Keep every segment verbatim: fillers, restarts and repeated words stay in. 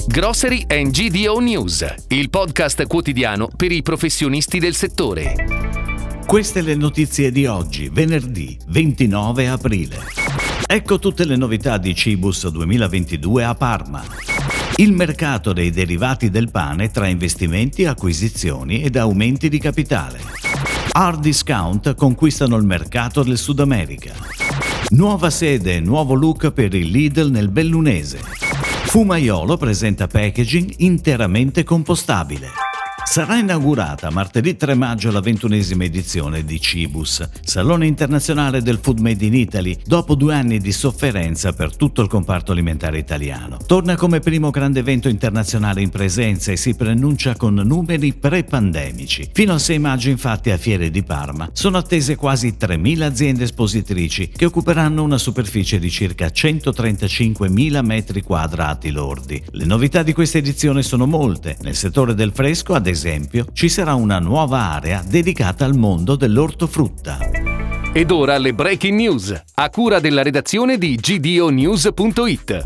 Grocery and G D O News, il podcast quotidiano per i professionisti del settore. Queste le notizie di oggi, venerdì ventinove aprile. Ecco tutte le novità di Cibus duemilaventidue a Parma. Il mercato dei derivati del pane tra investimenti, acquisizioni ed aumenti di capitale. Hard Discount conquistano il mercato del Sud America. Nuova sede e nuovo look per il Lidl nel Bellunese. Fumaiolo presenta packaging interamente compostabile. Sarà inaugurata martedì tre maggio la ventunesima edizione di Cibus, Salone internazionale del Food Made in Italy, dopo due anni di sofferenza per tutto il comparto alimentare italiano. Torna come primo grande evento internazionale in presenza e si preannuncia con numeri pre-pandemici. Fino al sei maggio, infatti, a Fiere di Parma sono attese quasi tremila aziende espositrici che occuperanno una superficie di circa centotrentacinquemila metri quadrati lordi. Le novità di questa edizione sono molte. Nel settore del fresco, ad esempio, esempio, ci sarà una nuova area dedicata al mondo dell'ortofrutta. Ed ora le breaking news, a cura della redazione di G D O news punto it.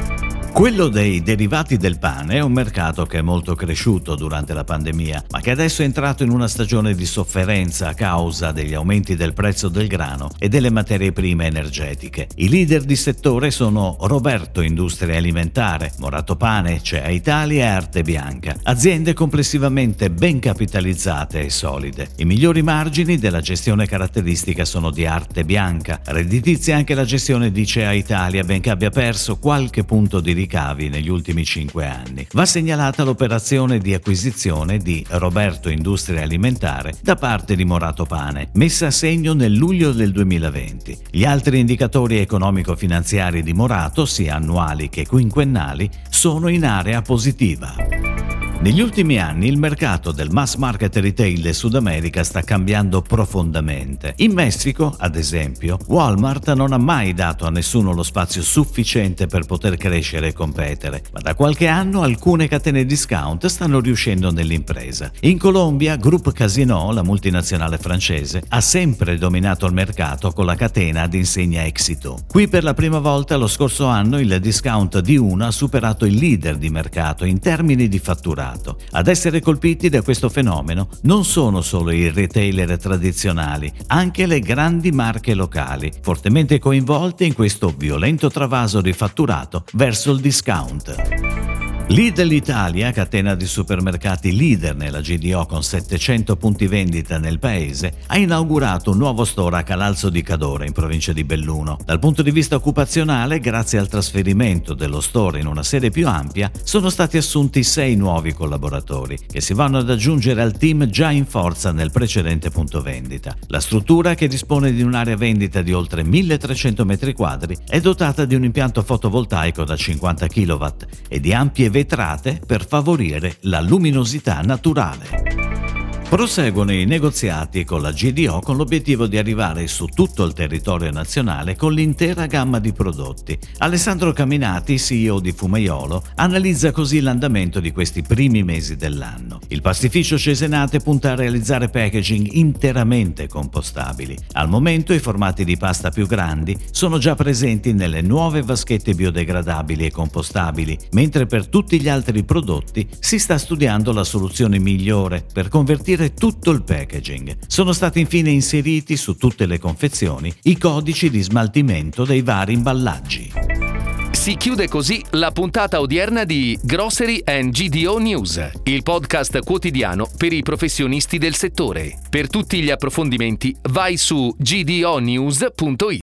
Quello dei derivati del pane è un mercato che è molto cresciuto durante la pandemia, ma che adesso è entrato in una stagione di sofferenza a causa degli aumenti del prezzo del grano e delle materie prime energetiche. I leader di settore sono Roberto Industria Alimentare, Morato Pane, C E A Italia e Arte Bianca, aziende complessivamente ben capitalizzate e solide. I migliori margini della gestione caratteristica sono di Arte Bianca, redditizia anche la gestione di C E A Italia, benché abbia perso qualche punto di ricavi negli ultimi cinque anni. Va segnalata l'operazione di acquisizione di Roberto Industria Alimentare da parte di Morato Pane, messa a segno nel luglio del duemilaventi. Gli altri indicatori economico-finanziari di Morato, sia annuali che quinquennali, sono in area positiva. Negli ultimi anni il mercato del mass market retail del Sud America sta cambiando profondamente. In Messico, ad esempio, Walmart non ha mai dato a nessuno lo spazio sufficiente per poter crescere e competere, ma da qualche anno alcune catene discount stanno riuscendo nell'impresa. In Colombia, Groupe Casino, la multinazionale francese, ha sempre dominato il mercato con la catena ad insegna Éxito. Qui per la prima volta lo scorso anno il discount di Una ha superato il leader di mercato in termini di fatturato. Ad essere colpiti da questo fenomeno non sono solo i retailer tradizionali, anche le grandi marche locali, fortemente coinvolte in questo violento travaso di fatturato verso il discount. Lidl Italia, catena di supermercati leader nella G D O con settecento punti vendita nel paese, ha inaugurato un nuovo store a Calalzo di Cadore in provincia di Belluno. Dal punto di vista occupazionale, grazie al trasferimento dello store in una sede più ampia, sono stati assunti sei nuovi collaboratori che si vanno ad aggiungere al team già in forza nel precedente punto vendita. La struttura, che dispone di un'area vendita di oltre milletrecento metri quadri, è dotata di un impianto fotovoltaico da cinquanta chilowatt e di ampie vetrate per favorire la luminosità naturale. Proseguono i negoziati con la G D O con l'obiettivo di arrivare su tutto il territorio nazionale con l'intera gamma di prodotti. Alessandro Caminati, C E O di Fumaiolo, analizza così l'andamento di questi primi mesi dell'anno. Il pastificio Cesenate punta a realizzare packaging interamente compostabili. Al momento i formati di pasta più grandi sono già presenti nelle nuove vaschette biodegradabili e compostabili, mentre per tutti gli altri prodotti si sta studiando la soluzione migliore per convertire tutto il packaging. Sono stati infine inseriti su tutte le confezioni i codici di smaltimento dei vari imballaggi. Si chiude così la puntata odierna di Grocery and G D O News, il podcast quotidiano per i professionisti del settore. Per tutti gli approfondimenti vai su G D O news punto it.